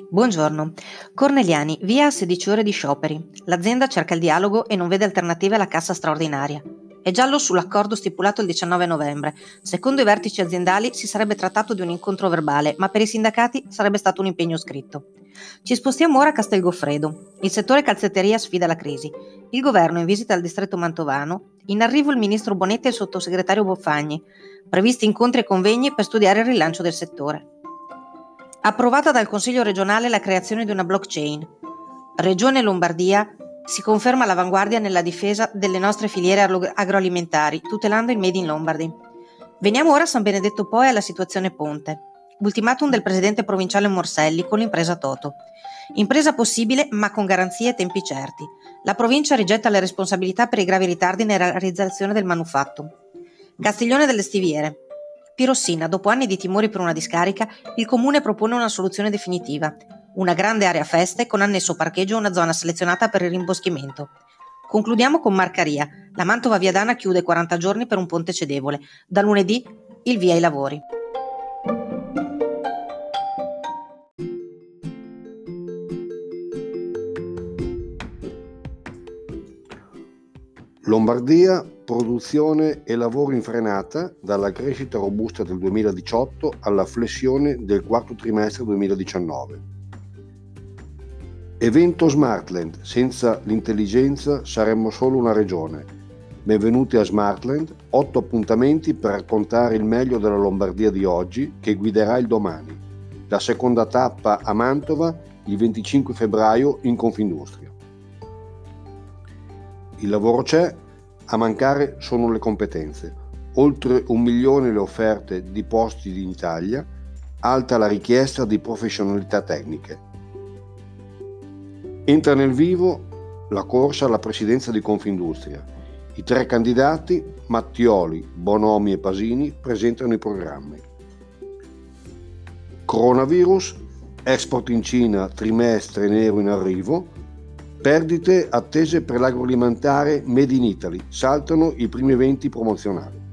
Buongiorno. Corneliani, via 16 ore di scioperi. L'azienda cerca il dialogo e non vede alternative alla cassa straordinaria. È giallo sull'accordo stipulato il 19 novembre. Secondo i vertici aziendali si sarebbe trattato di un incontro verbale, ma per i sindacati sarebbe stato un impegno scritto. Ci spostiamo ora a Castelgoffredo. Il settore calzetteria sfida la crisi. Il governo è in visita al distretto mantovano. In arrivo il ministro Bonetti e il sottosegretario Boffagni. Previsti incontri e convegni per studiare il rilancio del settore. Approvata dal Consiglio regionale la creazione di una blockchain. Regione Lombardia si conferma all'avanguardia nella difesa delle nostre filiere agroalimentari, tutelando il Made in Lombardy. Veniamo ora a San Benedetto Po e alla situazione ponte. Ultimatum del presidente provinciale Morselli con l'impresa Toto. Impresa possibile ma con garanzie e tempi certi. La provincia rigetta le responsabilità per i gravi ritardi nella realizzazione del manufatto. Castiglione delle Stiviere. Pirossina, dopo anni di timori per una discarica, il comune propone una soluzione definitiva. Una grande area feste con annesso parcheggio e una zona selezionata per il rimboschimento. Concludiamo con Marcaria. La Mantova Viadana chiude 40 giorni per un ponte cedevole. Da lunedì il via ai lavori. Lombardia, produzione e lavoro in frenata dalla crescita robusta del 2018 alla flessione del quarto trimestre 2019. Evento Smartland, senza l'intelligenza saremmo solo una regione. Benvenuti a Smartland, 8 appuntamenti per raccontare il meglio della Lombardia di oggi che guiderà il domani. La seconda tappa a Mantova il 25 febbraio in Confindustria. Il lavoro c'è, a mancare sono le competenze. Oltre 1 milione le offerte di posti in Italia, alta la richiesta di professionalità tecniche. Entra nel vivo la corsa alla presidenza di Confindustria. I 3 candidati, Mattioli, Bonomi e Pasini, presentano i programmi. Coronavirus, export in Cina, trimestre nero in arrivo. Perdite attese per l'agroalimentare Made in Italy, saltano i primi eventi promozionali.